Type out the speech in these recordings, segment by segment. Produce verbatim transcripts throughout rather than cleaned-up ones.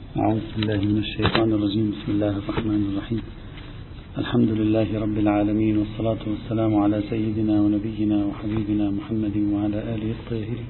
أعوذ بالله من الشيطان الرجيم. بسم الله الرحمن الرحيم. الحمد لله رب العالمين، والصلاة والسلام على سيدنا ونبينا وحبيبنا محمد وعلى آله الطاهرين.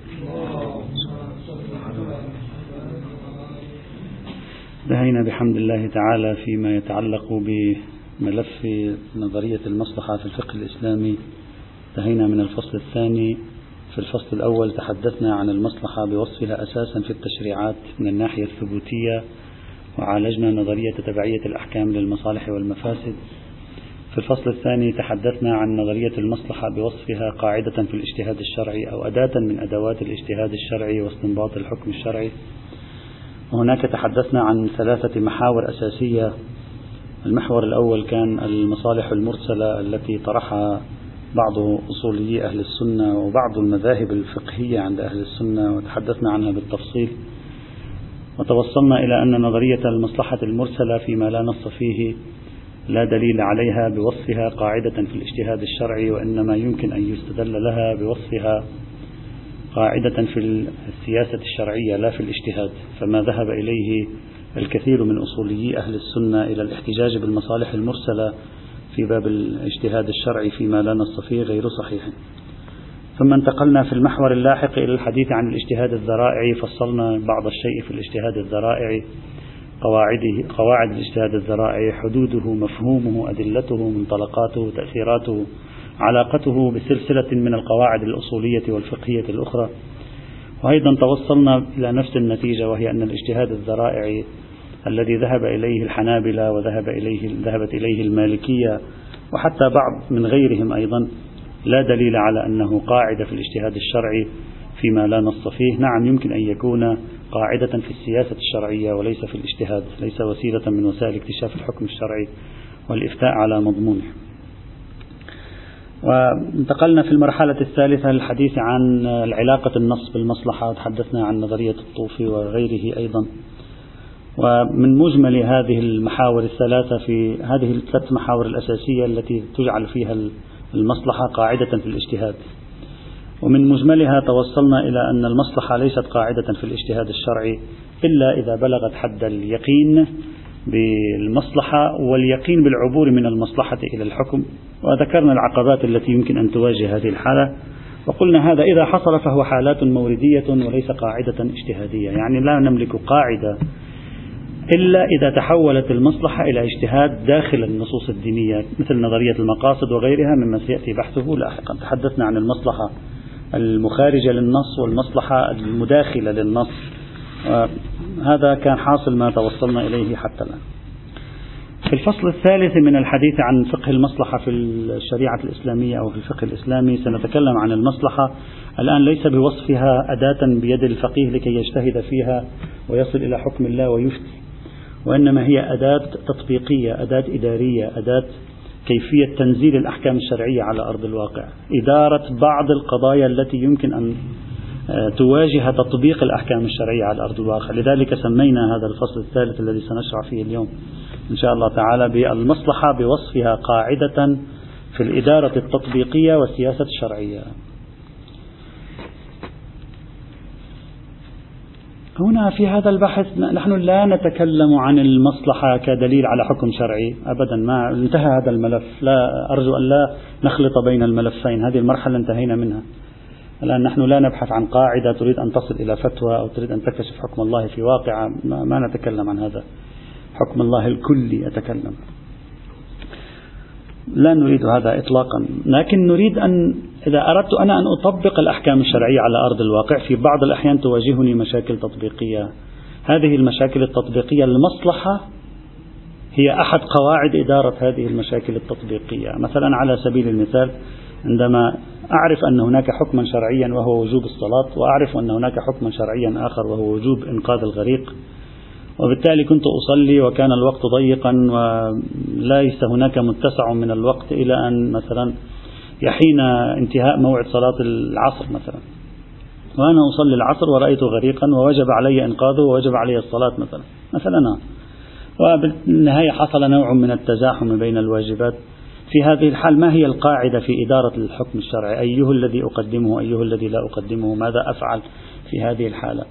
انتهينا بحمد الله تعالى فيما يتعلق بملف نظرية المصلحة في الفقه الإسلامي. انتهينا من الفصل الثاني. في الفصل الأول تحدثنا عن المصلحة بوصفها أساسا في التشريعات من الناحية الثبوتية، وعالجنا نظرية تبعية الأحكام للمصالح والمفاسد. في الفصل الثاني تحدثنا عن نظرية المصلحة بوصفها قاعدة في الاجتهاد الشرعي أو أداة من أدوات الاجتهاد الشرعي واستنباط الحكم الشرعي. وهناك تحدثنا عن ثلاثة محاور أساسية. المحور الأول كان المصالح المرسلة التي طرحها بعض أصوليي أهل السنة وبعض المذاهب الفقهية عند أهل السنة، وتحدثنا عنها بالتفصيل، وتوصلنا إلى أن نظرية المصلحة المرسلة فيما لا نص فيه لا دليل عليها بوصفها قاعدة في الاجتهاد الشرعي، وإنما يمكن أن يستدل لها بوصفها قاعدة في السياسة الشرعية لا في الاجتهاد. فما ذهب إليه الكثير من أصوليي أهل السنة إلى الاحتجاج بالمصالح المرسلة في باب الاجتهاد الشرعي فيما لا نص فيه غير صحيح. ثم انتقلنا في المحور اللاحق إلى الحديث عن الاجتهاد الذرائعي. فصلنا بعض الشيء في الاجتهاد الذرائعي، قواعده قواعد الاجتهاد الذرائعي، حدوده، مفهومه، أدلته، منطلقاته، تأثيراته، علاقته بسلسلة من القواعد الأصولية والفقهية الأخرى. وأيضا توصلنا إلى نفس النتيجة، وهي أن الاجتهاد الذرائعي الذي ذهب إليه الحنابلة وذهب إليه ذهبت إليه المالكية وحتى بعض من غيرهم أيضا لا دليل على أنه قاعدة في الاجتهاد الشرعي فيما لا نص فيه. نعم، يمكن أن يكون قاعدة في السياسة الشرعية وليس في الاجتهاد، ليس وسيلة من وسائل اكتشاف الحكم الشرعي والإفتاء على مضمونه. وانتقلنا في المرحلة الثالثة للحديث عن العلاقة النص بالمصلحة، وتحدثنا عن نظرية الطوفي وغيره أيضا. ومن مجمل هذه المحاور الثلاثة، في هذه الثلاث محاور الأساسية التي تجعل فيها المصلحة قاعدة في الاجتهاد، ومن مجملها توصلنا إلى أن المصلحة ليست قاعدة في الاجتهاد الشرعي إلا إذا بلغت حد اليقين بالمصلحة واليقين بالعبور من المصلحة إلى الحكم. وذكرنا العقبات التي يمكن أن تواجه هذه الحالة، وقلنا هذا إذا حصل فهو حالات موردية وليس قاعدة اجتهادية. يعني لا نملك قاعدة إلا إذا تحولت المصلحة إلى اجتهاد داخل النصوص الدينية، مثل نظرية المقاصد وغيرها مما سيأتي بحثه لاحقا. تحدثنا عن المصلحة المخارجة للنص والمصلحة المداخلة للنص، هذا كان حاصل ما توصلنا إليه حتى الآن. في الفصل الثالث من الحديث عن فقه المصلحة في الشريعة الإسلامية أو في الفقه الإسلامي سنتكلم عن المصلحة الآن ليس بوصفها أداة بيد الفقيه لكي يجتهد فيها ويصل إلى حكم الله ويفتي، وإنما هي أداة تطبيقية، أداة إدارية، أداة كيفية تنزيل الأحكام الشرعية على أرض الواقع، إدارة بعض القضايا التي يمكن أن تواجه تطبيق الأحكام الشرعية على أرض الواقع. لذلك سمينا هذا الفصل الثالث الذي سنشرع فيه اليوم إن شاء الله تعالى بالمصلحة بوصفها قاعدة في الإدارة التطبيقية والسياسة الشرعية. هنا في هذا البحث نحن لا نتكلم عن المصلحة كدليل على حكم شرعي أبدا، ما انتهى هذا الملف. لا أرجو أن لا نخلط بين الملفين، هذه المرحلة انتهينا منها. الآن نحن لا نبحث عن قاعدة تريد أن تصل إلى فتوى أو تريد أن تكتشف حكم الله في واقع، ما, ما نتكلم عن هذا. حكم الله الكلي أتكلم، لا نريد هذا إطلاقا. لكن نريد أن إذا أردت أنا أن أطبق الأحكام الشرعية على أرض الواقع، في بعض الأحيان تواجهني مشاكل تطبيقية. هذه المشاكل التطبيقية المصلحة هي أحد قواعد إدارة هذه المشاكل التطبيقية. مثلا على سبيل المثال، عندما أعرف أن هناك حكما شرعيا وهو وجوب الصلاة، وأعرف أن هناك حكما شرعيا آخر وهو وجوب إنقاذ الغريق، وبالتالي كنت أصلي وكان الوقت ضيقا وليس هناك متسع من الوقت إلى أن مثلا يحين انتهاء موعد صلاة العصر مثلا، وأنا أصلي العصر ورأيت غريقا ووجب علي إنقاذه ووجب علي الصلاة مثلا مثلا وبالنهاية حصل نوع من التزاحم بين الواجبات. في هذه الحال ما هي القاعدة في إدارة الحكم الشرعي؟ أيه الذي أقدمه، أيه الذي لا أقدمه، ماذا أفعل في هذه الحالة؟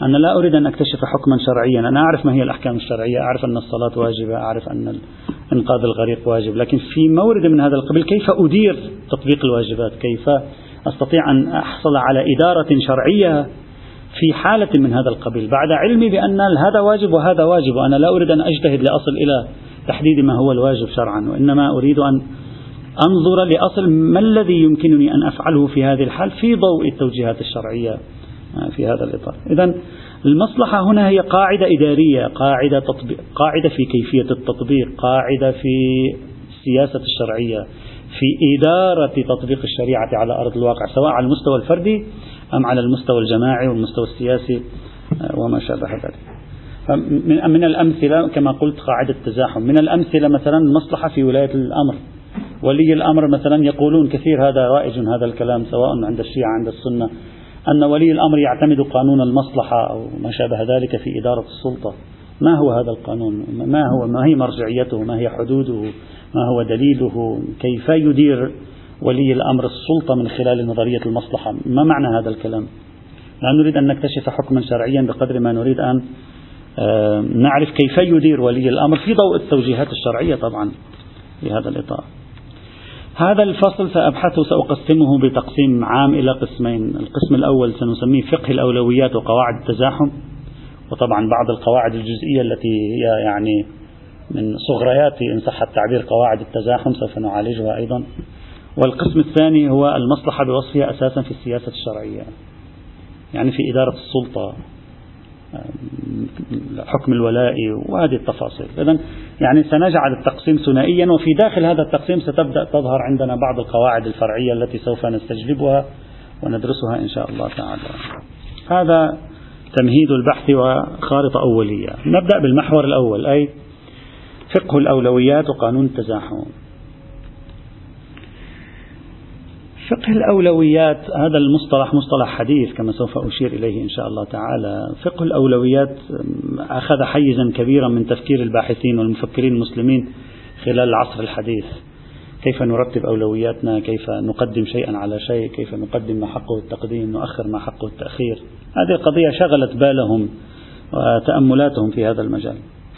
أنا لا أريد أن أكتشف حكما شرعيا، أنا أعرف ما هي الأحكام الشرعية، أعرف أن الصلاة واجبة، أعرف أن إنقاذ الغريق واجب، لكن في مورد من هذا القبيل كيف أدير تطبيق الواجبات، كيف أستطيع أن أحصل على إدارة شرعية في حالة من هذا القبيل بعد علمي بأن هذا واجب وهذا واجب، وأنا لا أريد أن أجتهد لأصل إلى تحديد ما هو الواجب شرعا، وإنما أريد أن أنظر لأصل ما الذي يمكنني أن أفعله في هذه الحال في ضوء التوجيهات الشرعية في هذا الإطار. إذن المصلحة هنا هي قاعدة إدارية، قاعدة تطبيق، قاعدة في كيفية التطبيق، قاعدة في السياسة الشرعية، في إدارة تطبيق الشريعة على أرض الواقع، سواء على المستوى الفردي أم على المستوى الجماعي والمستوى السياسي وما شابه ذلك. من الأمثلة كما قلت قاعدة التزاحم، من الأمثلة مثلا المصلحة في ولاية الأمر. ولي الأمر مثلا يقولون كثير، هذا رائج هذا الكلام سواء عند الشيعة عند السنة، أن ولي الأمر يعتمد قانون المصلحة أو ما شابه ذلك في إدارة السلطة. ما هو هذا القانون؟ ما هو ما هي مرجعيته؟ ما هي حدوده؟ ما هو دليله؟ كيف يدير ولي الأمر السلطة من خلال نظرية المصلحة؟ ما معنى هذا الكلام؟ لا نريد أن نكتشف حكما شرعيا بقدر ما نريد أن نعرف كيف يدير ولي الأمر في ضوء التوجيهات الشرعية طبعا في هذا الإطار. هذا الفصل سأبحثه، سأقسمه بتقسيم عام إلى قسمين. القسم الأول سنسميه فقه الأولويات وقواعد التزاحم، وطبعا بعض القواعد الجزئية التي هي يعني من صغريات إن صح التعبير قواعد التزاحم سوف نعالجها أيضا. والقسم الثاني هو المصلحة بوصفها أساسا في السياسة الشرعية، يعني في إدارة السلطة، حكم الولاء وهذه التفاصيل. إذن يعني سنجعل التقسيم ثنائيا، وفي داخل هذا التقسيم ستبدأ تظهر عندنا بعض القواعد الفرعية التي سوف نستجلبها وندرسها إن شاء الله تعالى. هذا تمهيد البحث وخارطة أولية. نبدأ بالمحور الأول، أي فقه الأولويات وقانون التزاحم. فقه الأولويات هذا المصطلح مصطلح حديث كما سوف أشير إليه إن شاء الله تعالى. فقه الأولويات أخذ حيزا كبيرا من تفكير الباحثين والمفكرين المسلمين خلال العصر الحديث. كيف نرتب أولوياتنا، كيف نقدم شيئا على شيء، كيف نقدم ما حقه التقديم، نؤخر ما حقه التأخير. هذه القضية شغلت بالهم وتأملاتهم في هذا المجال،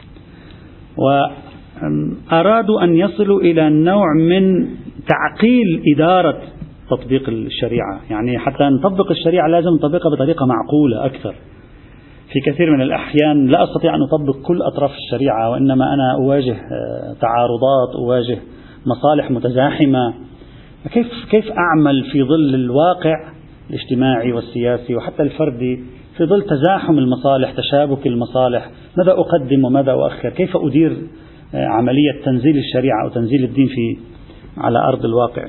وأرادوا أن يصلوا إلى نوع من تعقيل إدارة تطبيق الشريعة. يعني حتى نطبق الشريعة لازم نطبقها بطريقة معقولة أكثر. في كثير من الأحيان لا أستطيع أن أطبق كل أطراف الشريعة، وإنما أنا أواجه تعارضات، أواجه مصالح متزاحمة. كيف كيف أعمل في ظل الواقع الاجتماعي والسياسي وحتى الفردي، في ظل تزاحم المصالح، تشابك المصالح، ماذا أقدم وماذا أؤخر؟ كيف أدير عملية تنزيل الشريعة أو تنزيل الدين في على أرض الواقع،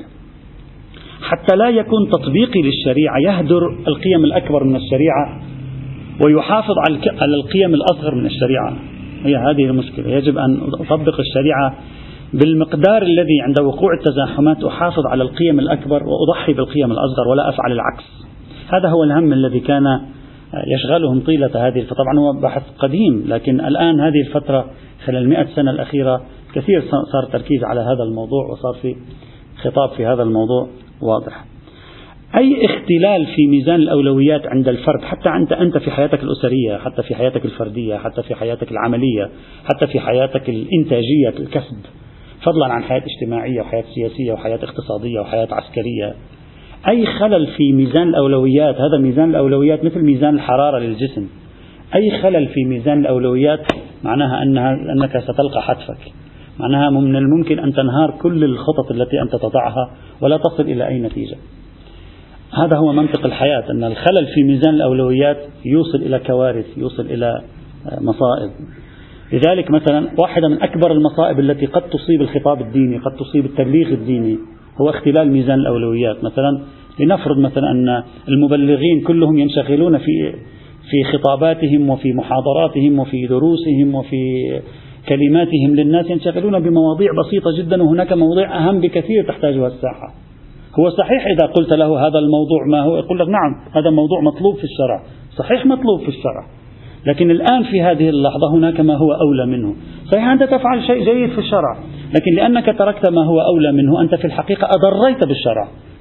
حتى لا يكون تطبيقي للشريعة يهدر القيم الأكبر من الشريعة ويحافظ على القيم الأصغر من الشريعة. هي هذه المشكلة. يجب أن أطبق الشريعة بالمقدار الذي عند وقوع التزاحمات أحافظ على القيم الأكبر وأضحي بالقيم الأصغر، ولا أفعل العكس. هذا هو الهم الذي كان يشغلهم طيلة هذه. فطبعا هو بحث قديم، لكن الآن هذه الفترة خلال المئة سنة الأخيرة كثير صار تركيز على هذا الموضوع، وصار في خطاب في هذا الموضوع واضح. أي اختلال في ميزان الأولويات عند الفرد، حتى أنت أنت في حياتك الأسرية، حتى في حياتك الفردية، حتى في حياتك العملية، حتى في حياتك الإنتاجية الكسب، فضلا عن حياة اجتماعية وحياة سياسية وحياة اقتصادية وحياة عسكرية. أي خلل في ميزان الأولويات، هذا ميزان الأولويات مثل ميزان الحرارة للجسم، أي خلل في ميزان الأولويات معناها أنها أنك ستلقى حتفك، معناها من الممكن أن تنهار كل الخطط التي أنت تضعها ولا تصل إلى أي نتيجة. هذا هو منطق الحياة، أن الخلل في ميزان الأولويات يوصل إلى كوارث، يوصل إلى مصائب. لذلك مثلا واحدة من أكبر المصائب التي قد تصيب الخطاب الديني، قد تصيب التبليغ الديني، هو اختلال ميزان الأولويات. مثلا لنفرض مثلا أن المبلغين كلهم ينشغلون في في خطاباتهم وفي محاضراتهم وفي دروسهم وفي كلماتهم للناس ينشغلون بمواضيع بسيطة جدا، وهناك مواضيع أهم بكثير تحتاجها الساحة. هو صحيح إذا قلت له هذا الموضوع ما هو، يقول لك نعم هذا موضوع مطلوب في الشرع، صحيح مطلوب في الشرع، لكن الآن في هذه اللحظة هناك ما هو أولى منه. صحيح أنت تفعل شيء جيد في الشرع، لكن لأنك تركت ما هو أولى منه أنت في الحقيقة أضريت بالشرع،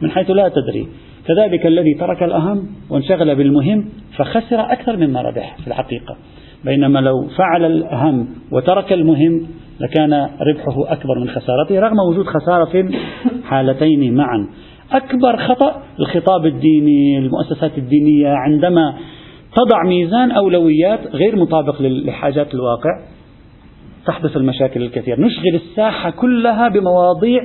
من حيث لا تدري. كذلك الذي ترك الأهم وانشغل بالمهم فخسر أكثر مما ربح في الحقيقة، بينما لو فعل الأهم وترك المهم لكان ربحه أكبر من خسارته، رغم وجود خسارة في الحالتين معا. أكبر خطأ الخطاب الديني، المؤسسات الدينية عندما تضع ميزان أولويات غير مطابق لحاجات الواقع تحدث المشاكل الكثيرة. نشغل الساحة كلها بمواضيع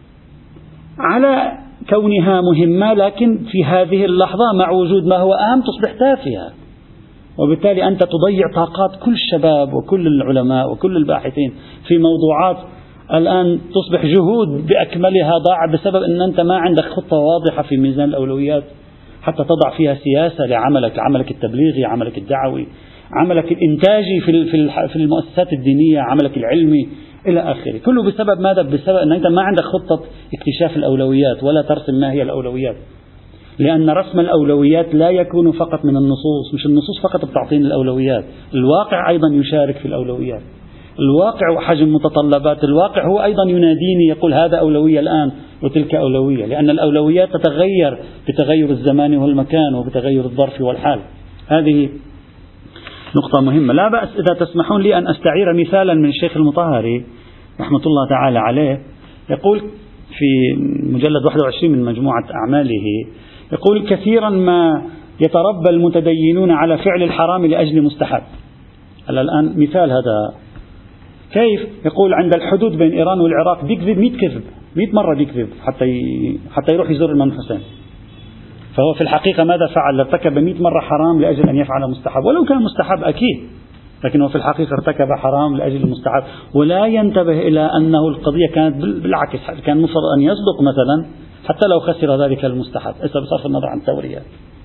على كونها مهمة، لكن في هذه اللحظة مع وجود ما هو أهم تصبح تافهة، وبالتالي أنت تضيع طاقات كل الشباب وكل العلماء وكل الباحثين في موضوعات الآن تصبح جهود بأكملها ضاع بسبب أن أنت ما عندك خطة واضحة في ميزان الأولويات حتى تضع فيها سياسة لعملك، عملك التبليغي، عملك الدعوي، عملك الإنتاجي في المؤسسات الدينية، عملك العلمي إلى آخره. كله بسبب ماذا؟ بسبب أن أنت ما عندك خطة اكتشاف الأولويات ولا ترسم ما هي الأولويات. لأن رسم الأولويات لا يكون فقط من النصوص، مش النصوص فقط بتعطيني الأولويات، الواقع أيضا يشارك في الأولويات، الواقع وحجم متطلبات الواقع هو أيضا يناديني يقول هذا أولوية الآن وتلك أولوية، لأن الأولويات تتغير بتغير الزمان والمكان وبتغير الظرف والحال. هذه نقطة مهمة. لا بأس إذا تسمحون لي أن أستعير مثالا من الشيخ المطهري رحمة الله تعالى عليه، يقول في مجلد واحد وعشرين من مجموعة أعماله، يقول كثيرا ما يتربى المتدينون على فعل الحرام لأجل مستحب. الآن مثال هذا كيف؟ يقول عند الحدود بين إيران والعراق بيكذب مئة كذب، مئة مرة بيكذب حتى ي... حتى يروح يزور الإمام حسين، فهو في الحقيقة ماذا فعل؟ ارتكب مئة مرة حرام لأجل أن يفعل مستحب، ولو كان مستحب أكيد، لكنه في الحقيقة ارتكب حرام لأجل المستحب، ولا ينتبه إلى أنه القضية كانت بالعكس، كان مفروض أن يصدق مثلا حتى لو خسر ذلك المستحب، بصرف النظر عن التوريات.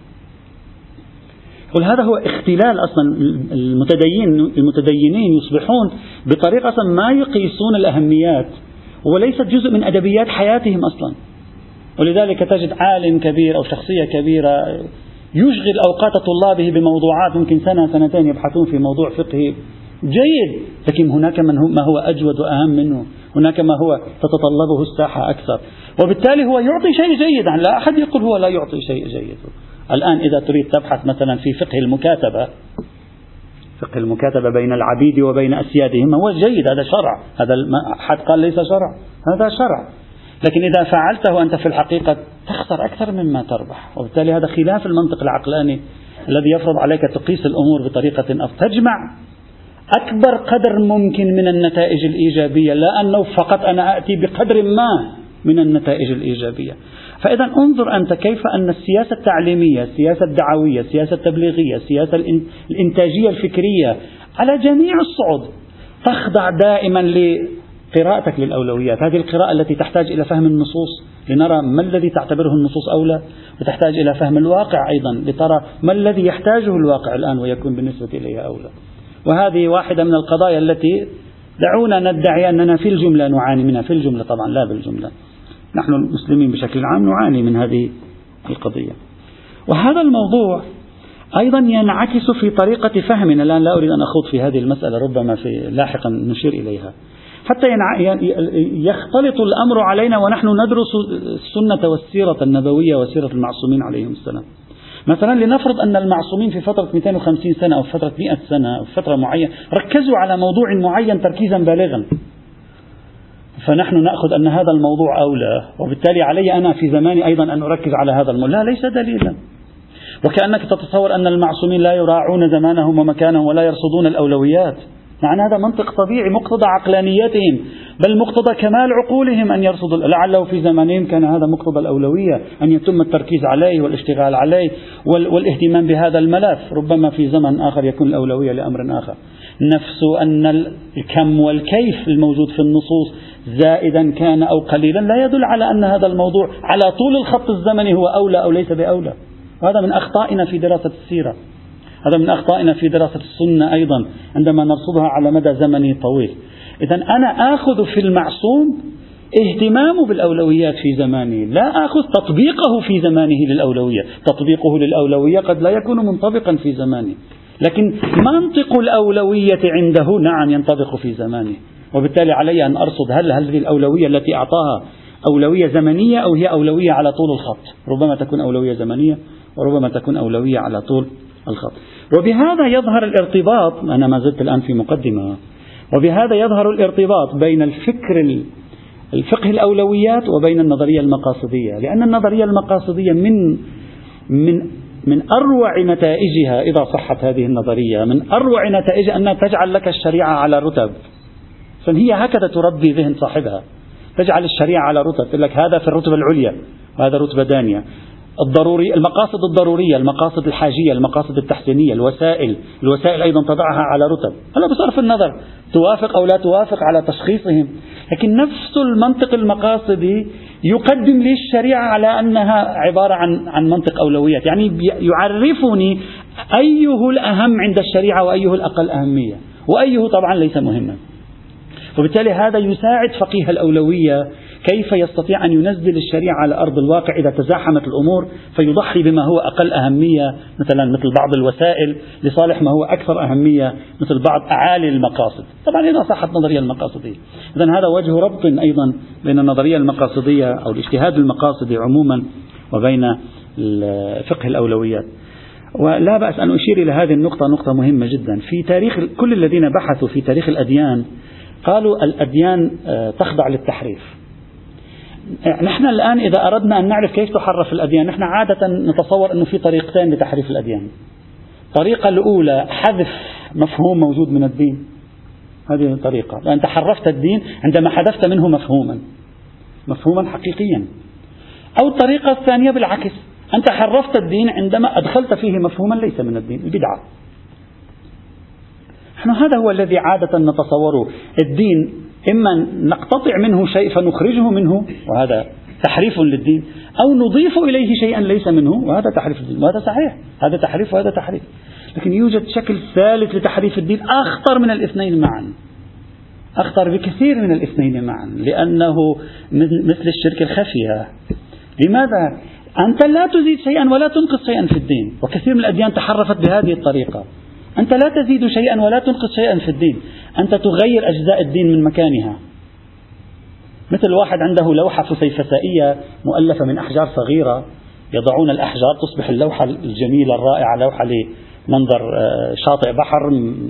وهذا هو اختلال أصلا المتدين المتدينين يصبحون بطريقة أصلا ما يقيسون الأهميات، وليست جزء من أدبيات حياتهم أصلا. ولذلك تجد عالم كبير أو شخصية كبيرة يشغل أوقات طلابه بموضوعات ممكن سنة سنتين يبحثون في موضوع فقهي جيد، لكن هناك من هو ما هو أجود وأهم منه، هناك ما هو تتطلبه الساحة أكثر، وبالتالي هو يعطي شيء جيد. لا أحد يقول هو لا يعطي شيء جيد. الآن إذا تريد تبحث مثلا في فقه المكاتبة، فقه المكاتبة بين العبيد وبين أسيادهم هو جيد، هذا شرع، هذا أحد قال ليس شرع، هذا شرع، لكن إذا فعلته أنت في الحقيقة تخسر أكثر مما تربح، وبالتالي هذا خلاف المنطق العقلاني الذي يفرض عليك تقيس الأمور بطريقة أو تجمع أكبر قدر ممكن من النتائج الإيجابية، لا أنه فقط أنا أتي بقدر ما من النتائج الإيجابية. فإذا انظر أنت كيف أن السياسة التعليمية، السياسة الدعوية، السياسة التبليغية، السياسة الإنتاجية الفكرية على جميع الصعود تخضع دائما لقراءتك للأولويات، هذه القراءة التي تحتاج إلى فهم النصوص لنرى ما الذي تعتبره النصوص أولى، وتحتاج إلى فهم الواقع أيضا لترى ما الذي يحتاجه الواقع الآن ويكون بالنسبة إليه أولى. وهذه واحدة من القضايا التي دعونا ندعي أننا في الجملة نعاني منها، في الجملة طبعا لا بالجملة، نحن المسلمين بشكل عام نعاني من هذه القضية. وهذا الموضوع أيضا ينعكس في طريقة فهمنا. الآن لا أريد أن أخوض في هذه المسألة، ربما في لاحقا نشير إليها، حتى يختلط الأمر علينا ونحن ندرس السنة والسيرة النبوية وسيرة المعصومين عليهم السلام. مثلا لنفرض أن المعصومين في فترة مئتين وخمسين سنة أو فترة مئة سنة أو فترة معينة ركزوا على موضوع معين تركيزا بالغا، فنحن نأخذ أن هذا الموضوع أولى، وبالتالي علي أنا في زماني أيضا أن أركز على هذا الموضوع. لا، ليس دليلا. وكأنك تتصور أن المعصومين لا يراعون زمانهم ومكانهم ولا يرصدون الأولويات. معنى هذا منطق طبيعي مقتضى عقلانيتهم، بل مقتضى كمال عقولهم أن يرصدوا. لعله في زمانهم كان هذا مقتضى الأولوية، أن يتم التركيز عليه والاشتغال عليه والاهتمام بهذا الملف. ربما في زمن آخر يكون الأولوية لأمر آخر. نفس أن الكم والكيف الموجود في النصوص زائدا كان أو قليلا لا يدل على أن هذا الموضوع على طول الخط الزمني هو أولى أو ليس بأولى. وهذا من أخطائنا في دراسة السيرة، هذا من أخطائنا في دراسة السنة أيضا عندما نرصدها على مدى زمني طويل. إذن أنا آخذ في المعصوم اهتمامه بالأولويات في زمانه، لا آخذ تطبيقه في زمانه للأولوية. تطبيقه للأولوية قد لا يكون منطبقا في زمانه، لكن منطق الأولوية عنده نعم ينطبق في زمانه. وبالتالي علي أن أرصد هل هذه الأولوية التي أعطاها أولوية زمنية أو هي أولوية على طول الخط. ربما تكون أولوية زمنية وربما تكون أولوية على طول الخط. وبهذا يظهر الارتباط، أنا ما زلت الآن في مقدمة، وبهذا يظهر الارتباط بين الفكر الفقه الأولويات وبين النظرية المقاصدية، لأن النظرية المقاصدية من من من أروع نتائجها، إذا صحت هذه النظرية، من أروع نتائجها أنها تجعل لك الشريعة على رتب. فهي هكذا تربي ذهن صاحبها، تجعل الشريعة على رتب، تقول لك هذا في الرتبة العليا وهذا رتبة دانية. الضروري المقاصد الضرورية، المقاصد الحاجية، المقاصد التحسينية، الوسائل الوسائل أيضا تضعها على رتب. هلا بصرف النظر توافق أو لا توافق على تشخيصهم، لكن نفس المنطق المقاصدي يقدم لي الشريعة على أنها عبارة عن عن منطق أولويات، يعني يعرفني أيه الأهم عند الشريعة وأيه الأقل أهمية وأيه طبعا ليس مهما. وبالتالي هذا يساعد فقيه الأولوية كيف يستطيع أن ينزل الشريعة على أرض الواقع إذا تزاحمت الأمور، فيضحي بما هو أقل أهمية، مثلا مثل بعض الوسائل لصالح ما هو أكثر أهمية مثل بعض أعالي المقاصد. طبعا إذا صحت النظرية المقاصدية، إذن هذا وجه ربط أيضا بين النظرية المقاصدية أو الاجتهاد المقاصدي عموما وبين فقه الأولويات. ولا بأس أن أشير إلى هذه النقطة، نقطة مهمة جدا. في تاريخ كل الذين بحثوا في تاريخ الأديان قالوا الأديان تخضع للتحريف. نحن الآن إذا أردنا أن نعرف كيف تحرف الأديان، نحن عادة نتصور أنه في طريقتين لتحريف الأديان. الطريقة الأولى حذف مفهوم موجود من الدين، هذه الطريقة، أنت حرفت الدين عندما حذفت منه مفهوما مفهوما حقيقيا. أو الطريقة الثانية بالعكس، أنت حرفت الدين عندما أدخلت فيه مفهوما ليس من الدين، البدعة. نحن هذا هو الذي عادة نتصوره. الدين إما نقتطع منه شيء فنخرجه منه وهذا تحريف للدين، أو نضيف إليه شيئا ليس منه وهذا تحريف للدين. وهذا صحيح، هذا تحريف وهذا تحريف. لكن يوجد شكل ثالث لتحريف الدين أخطر من الاثنين معا، أخطر بكثير من الاثنين معا، لأنه مثل الشرك الخفية. لماذا؟ أنت لا تزيد شيئا ولا تنقص شيئا في الدين، وكثير من الأديان تحرفت بهذه الطريقة. أنت لا تزيد شيئا ولا تنقص شيئا في الدين، أنت تغير أجزاء الدين من مكانها. مثل واحد عنده لوحة فسيفسائية مؤلفة من أحجار صغيرة، يضعون الأحجار تصبح اللوحة الجميلة الرائعة، لوحة لمنظر شاطئ بحر،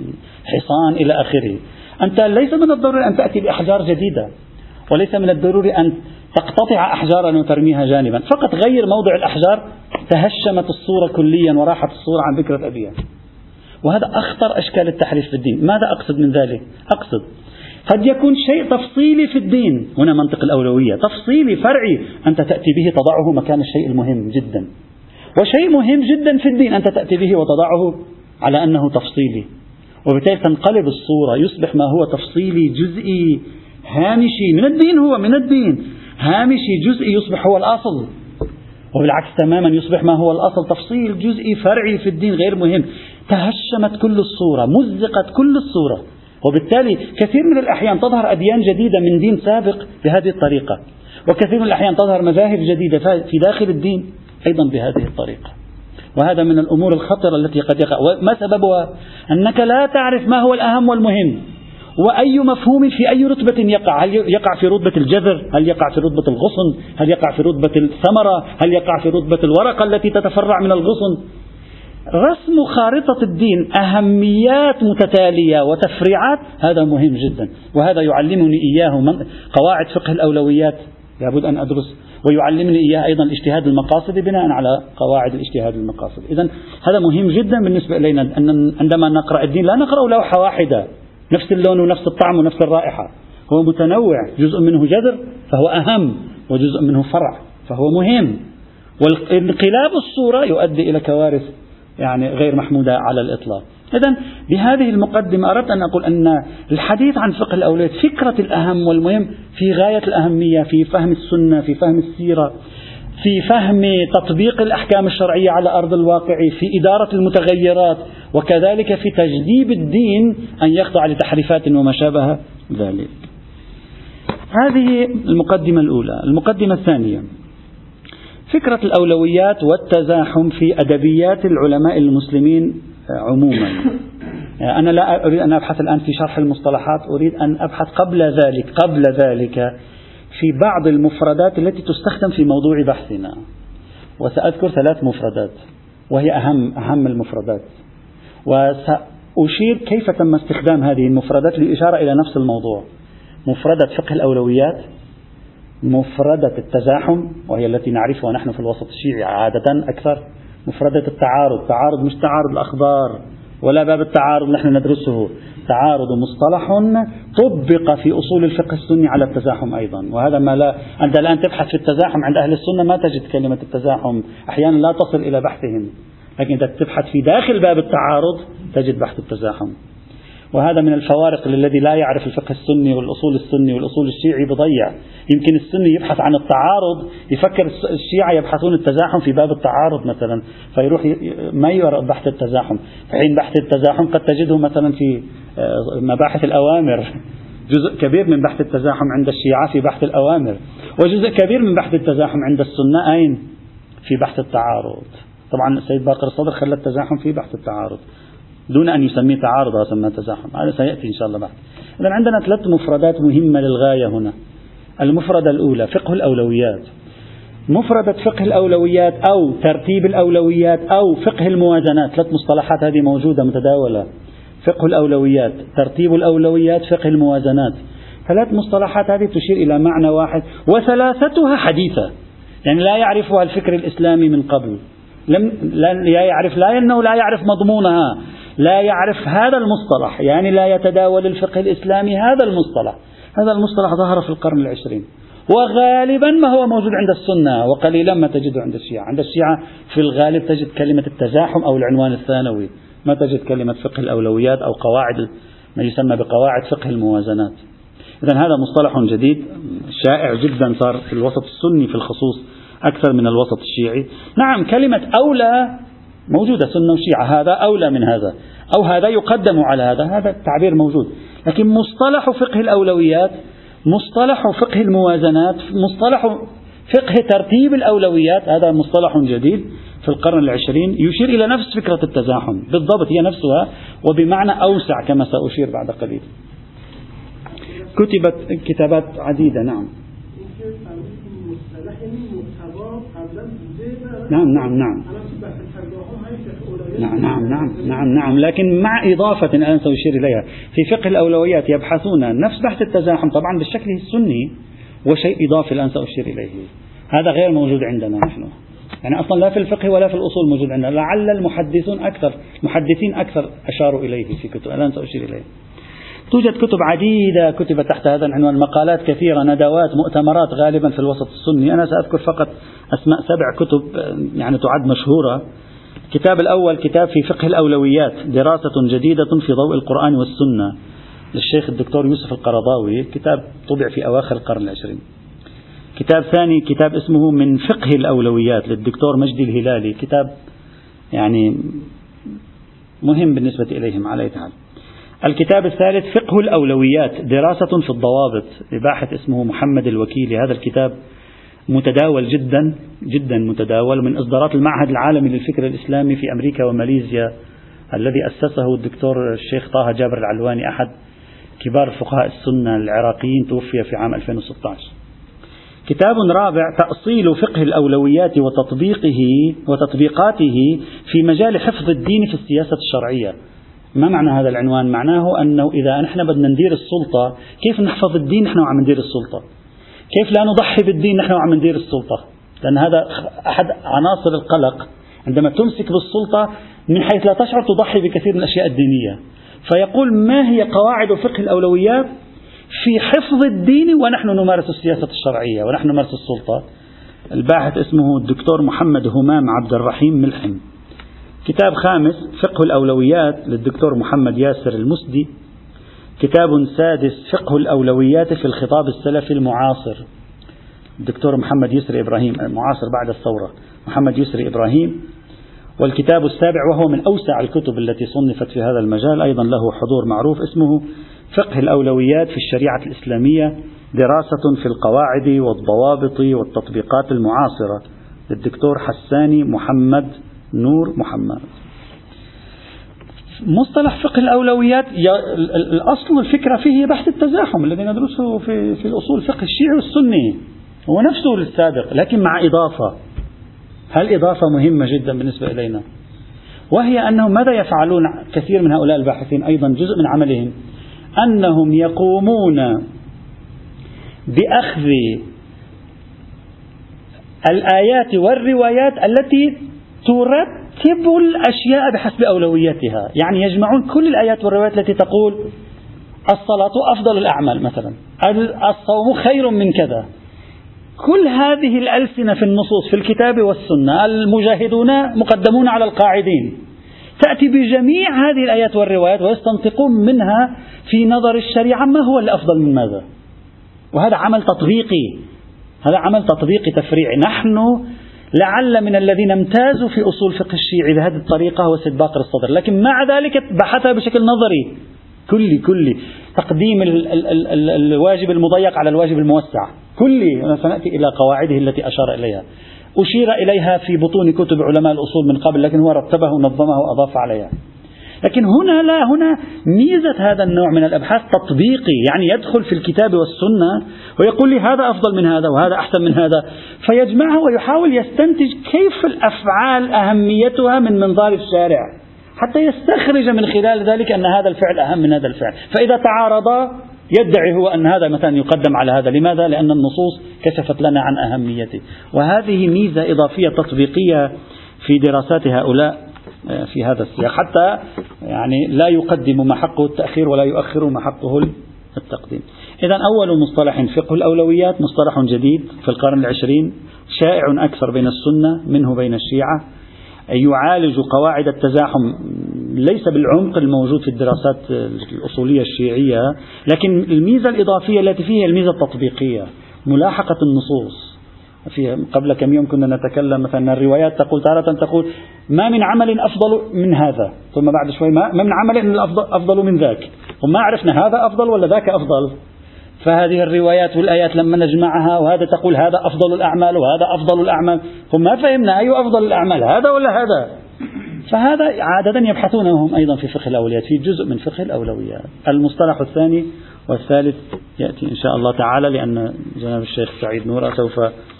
حصان إلى آخره. أنت ليس من الضروري أن تأتي بأحجار جديدة، وليس من الضروري أن تقتطع أحجارا وترميها جانبا، فقط غير موضع الأحجار تهشمت الصورة كليا وراحت الصورة عن ذكرى أبيها. وهذا أخطر أشكال التحريف في الدين. ماذا أقصد من ذلك؟ أقصد قد يكون شيء تفصيلي في الدين، هنا منطق الأولوية، تفصيلي فرعي أنت تأتي به تضعه مكان الشيء المهم جدا، وشيء مهم جدا في الدين أنت تأتي به وتضعه على أنه تفصيلي، وبالتالي تنقلب الصورة، يصبح ما هو تفصيلي جزئي هامشي من الدين، هو من الدين هامشي جزئي يصبح هو الأصل، وبالعكس تماما يصبح ما هو الأصل تفصيل جزئي فرعي في الدين غير مهم. تهشمت كل الصورة، مزقت كل الصورة، وبالتالي كثير من الأحيان تظهر أديان جديدة من دين سابق بهذه الطريقة، وكثير من الأحيان تظهر مذاهب جديدة في داخل الدين أيضا بهذه الطريقة. وهذا من الأمور الخطرة التي قد يقع. وما سببها؟ أنك لا تعرف ما هو الأهم والمهم، وأي مفهوم في أي رتبة يقع. هل يقع في رتبة الجذر؟ هل يقع في رتبة الغصن؟ هل يقع في رتبة الثمرة؟ هل يقع في رتبة الورقة التي تتفرع من الغصن؟ رسم خارطة الدين أهميات متتالية وتفريعات، هذا مهم جدا، وهذا يعلمني إياه من قواعد فقه الأولويات لابد أن أدرس، ويعلمني إياه أيضا الاجتهاد المقاصدي بناء على قواعد الاجتهاد المقاصدي. إذن هذا مهم جدا بالنسبة إلينا، أن عندما نقرأ الدين لا نقرأ لوحة واحدة نفس اللون ونفس الطعم ونفس الرائحة، هو متنوع، جزء منه جذر فهو أهم، وجزء منه فرع فهو مهم، وانقلاب الصورة يؤدي إلى كوارث يعني غير محمودة على الإطلاق. إذن بهذه المقدمة أردت أن أقول أن الحديث عن فقه الأولويات فكرة الأهم والمهم في غاية الأهمية في فهم السنة، في فهم السيرة، في فهم تطبيق الأحكام الشرعية على أرض الواقع، في إدارة المتغيرات، وكذلك في تجديد الدين أن يخضع لتحريفات وما شابه ذلك. هذه المقدمة الأولى. المقدمة الثانية فكرة الأولويات والتزاحم في أدبيات العلماء المسلمين عموما. أنا لا أريد أن أبحث الآن في شرح المصطلحات، أريد أن أبحث قبل ذلك قبل ذلك في بعض المفردات التي تستخدم في موضوع بحثنا، وسأذكر ثلاث مفردات وهي أهم أهم المفردات، وسأشير كيف تم استخدام هذه المفردات للإشارة إلى نفس الموضوع. مفردة فقه الأولويات، مفردة التزاحم وهي التي نعرفها نحن في الوسط الشيعي عادة أكثر، مفردة التعارض، تعارض مش تعارض الأخبار ولا باب التعارض نحن ندرسه، تعارض مصطلح طبق في أصول الفقه السني على التزاحم أيضا، وهذا ما لا أنت الآن تبحث في التزاحم عند أهل السنة ما تجد كلمة التزاحم، أحيانا لا تصل إلى بحثهم، لكن إذا تبحث في داخل باب التعارض تجد بحث التزاحم. وهذا من الفوارق الذي لا يعرف الفقه السني والأصول السني والأصول الشيعي بضيع. يمكن السني يبحث عن التعارض، يفكر الشيعة يبحثون التزاحم في باب التعارض مثلا، فيروح ما يرى بحث التزاحم، في حين بحث التزاحم قد تجده مثلا في مباحث الأوامر، جزء كبير من بحث التزاحم عند الشيعة في بحث الأوامر، وجزء كبير من بحث التزاحم عند السنة أين؟ في بحث التعارض. طبعا السيد باقر الصدر خلى التزاحم في بحث التعارض دون أن يسميه تعارض، سماه تزاحم، هذا سيأتي إن شاء الله بعد. إذن عندنا ثلاث مفردات مهمة للغاية هنا. المفردة الأولى فقه الأولويات. مفردة فقه الأولويات أو ترتيب الأولويات أو فقه الموازنات، ثلاث مصطلحات هذه موجودة متداولة. فقه الأولويات، ترتيب الأولويات، فقه الموازنات، ثلاث مصطلحات هذه تشير إلى معنى واحد، وثلاثتها حديثة، يعني لا يعرفها الفكر الإسلامي من قبل، لم لا يعرف لا أنه لا يعرف مضمونها، لا يعرف هذا المصطلح، يعني لا يتداول الفقه الإسلامي هذا المصطلح. هذا المصطلح ظهر في القرن العشرين، وغالبا ما هو موجود عند السنة، وقليلا ما تجده عند الشيعة. عند الشيعة في الغالب تجد كلمة التزاحم أو العنوان الثانوي، ما تجد كلمة فقه الأولويات أو قواعد ما يسمى بقواعد فقه الموازنات. إذن هذا مصطلح جديد شائع جدا، صار في الوسط السني في الخصوص أكثر من الوسط الشيعي. نعم كلمة أولى موجودة، سنة وشيعة، هذا أولى من هذا أو هذا يقدم على هذا، هذا التعبير موجود، لكن مصطلح فقه الأولويات، مصطلح فقه الموازنات، مصطلح فقه ترتيب الأولويات، هذا مصطلح جديد في القرن العشرين يشير إلى نفس فكرة التزاحم بالضبط، هي نفسها وبمعنى أوسع كما سأشير بعد قليل. كتبت كتابات عديدة. نعم نعم نعم نعم نعم نعم نعم نعم نعم لكن مع إضافة الآن سأشير إليها. في فقه الأولويات يبحثون نفس بحث التزاحم طبعا بالشكل السني، وشيء إضافي الآن سأشير إليه، هذا غير موجود عندنا نحن، يعني أصلا لا في الفقه ولا في الأصول موجود عندنا، لعل المحدثون أكثر محدثين أكثر أشاروا إليه في كتب، الآن سأشير إليه. توجد كتب عديدة كتبت تحت هذا العنوان، مقالات كثيرة، ندوات، مؤتمرات، غالبا في الوسط السني. أنا سأذكر فقط أسماء سبع كتب يعني تعد مشهورة. الكتاب الأول كتاب في فقه الأولويات، دراسة جديدة في ضوء القرآن والسنة، للشيخ الدكتور يوسف القرضاوي، كتاب طبع في أواخر القرن العشرين. كتاب ثاني كتاب اسمه من فقه الأولويات للدكتور مجدي الهلالي، كتاب يعني مهم بالنسبة إليهم على أي حال. الكتاب الثالث فقه الأولويات، دراسة في الضوابط، لباحث اسمه محمد الوكيلي، هذا الكتاب متداول جدا جدا متداول، من إصدارات المعهد العالمي للفكر الإسلامي في أمريكا وماليزيا الذي أسسه الدكتور الشيخ طه جابر العلواني، أحد كبار فقهاء السنة العراقيين، توفي في عام ألفين وستة عشر. كتاب رابع تأصيل فقه الأولويات وتطبيقه وتطبيقاته في مجال حفظ الدين في السياسة الشرعية. ما معنى هذا العنوان؟ معناه أنه إذا نحن بدنا ندير السلطة، كيف نحفظ الدين نحن وعم ندير السلطة؟ كيف لا نضحي بالدين نحن وعم ندير السلطة؟ لأن هذا أحد عناصر القلق عندما تمسك بالسلطة، من حيث لا تشعر تضحي بكثير من الأشياء الدينية. فيقول ما هي قواعد فقه الأولويات في حفظ الدين ونحن نمارس السياسة الشرعية ونحن نمارس السلطة. الباحث اسمه الدكتور محمد همام عبد الرحيم ملحم. كتاب خامس فقه الأولويات للدكتور محمد ياسر المسدي. كتاب سادس فقه الأولويات في الخطاب السلفي المعاصر، الدكتور محمد يسري إبراهيم، معاصر بعد الثورة، محمد يسري إبراهيم. والكتاب السابع وهو من أوسع الكتب التي صنفت في هذا المجال، أيضا له حضور معروف، اسمه فقه الأولويات في الشريعة الإسلامية، دراسة في القواعد والضوابط والتطبيقات المعاصرة، للدكتور حساني محمد نور محمد. مصطلح فقه الأولويات الأصل والفكرة فيه بحث التزاحم الذي ندرسه في في الأصول فقه الشيعي والسني هو نفسه السابق، لكن مع إضافة. هالإضافة مهمة جدا بالنسبة إلينا، وهي أنهم ماذا يفعلون؟ كثير من هؤلاء الباحثين أيضا جزء من عملهم أنهم يقومون بأخذ الآيات والروايات التي ترتب الأشياء بحسب أولوياتها، يعني يجمعون كل الآيات والروايات التي تقول الصلاة أفضل الأعمال مثلا، الصوم خير من كذا. كل هذه الألسنة في النصوص في الكتاب والسنة، المجاهدون مقدمون على القاعدين، تأتي بجميع هذه الآيات والروايات ويستنطقون منها في نظر الشريعة ما هو الأفضل من ماذا. وهذا عمل تطبيقي، هذا عمل تطبيقي تفريعي. نحن لعل من الذين امتازوا في أصول فقه الشيعي بهذه الطريقة هو سيد باقر الصدر، لكن مع ذلك بحثها بشكل نظري كلي كلي تقديم ال ال ال ال الواجب المضيق على الواجب الموسع كلي. سنأتي إلى قواعده التي أشار إليها، أشير إليها في بطون كتب علماء الأصول من قبل، لكن هو رتبه ونظمه وأضاف عليها. لكن هنا لا، هنا ميزة هذا النوع من الأبحاث تطبيقي، يعني يدخل في الكتاب والسنة ويقول لي هذا أفضل من هذا وهذا أحسن من هذا، فيجمعها ويحاول يستنتج كيف الأفعال أهميتها من منظار الشارع حتى يستخرج من خلال ذلك أن هذا الفعل أهم من هذا الفعل. فإذا تعارضا يدعي هو أن هذا مثلا يقدم على هذا. لماذا؟ لأن النصوص كشفت لنا عن أهميته. وهذه ميزة إضافية تطبيقية في دراسات هؤلاء في هذا السياق، حتى يعني لا يقدم ما حقه التأخير ولا يؤخر ما حقه التقديم. إذن أول مصطلح فقه الأولويات مصطلح جديد في القرن العشرين، شائع أكثر بين السنة منه بين الشيعة، يعالج قواعد التزاحم ليس بالعمق الموجود في الدراسات الأصولية الشيعية، لكن الميزة الإضافية التي فيها الميزة التطبيقية، ملاحقة النصوص. في قبل كم يوم كنا نتكلم مثلا الروايات تقول تارة تقول ما من عمل أفضل من هذا، ثم بعد شوي ما من عمل أفضل من ذاك، وما عرفنا هذا أفضل ولا ذاك أفضل. فهذه الروايات والآيات لما نجمعها، وهذا تقول هذا أفضل الأعمال وهذا أفضل الأعمال، وما فهمنا أي أفضل الأعمال هذا ولا هذا. فهذا عادة يبحثونهم أيضا في فقه الأولويات، في جزء من فقه الأولويات. المصطلح الثاني والثالث يأتي إن شاء الله تعالى، لأن جناب الشيخ سعيد نورة سوف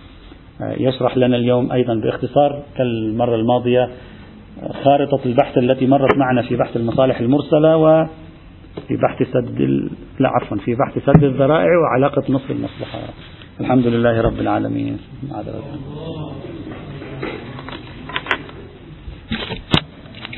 يشرح لنا اليوم أيضا باختصار كالمرة الماضية خارطة البحث التي مرت معنا في بحث المصالح المرسلة وفي بحث سد ال... لا عفوا في بحث سد الذرائع وعلاقة نصف المصلحة. الحمد لله رب العالمين.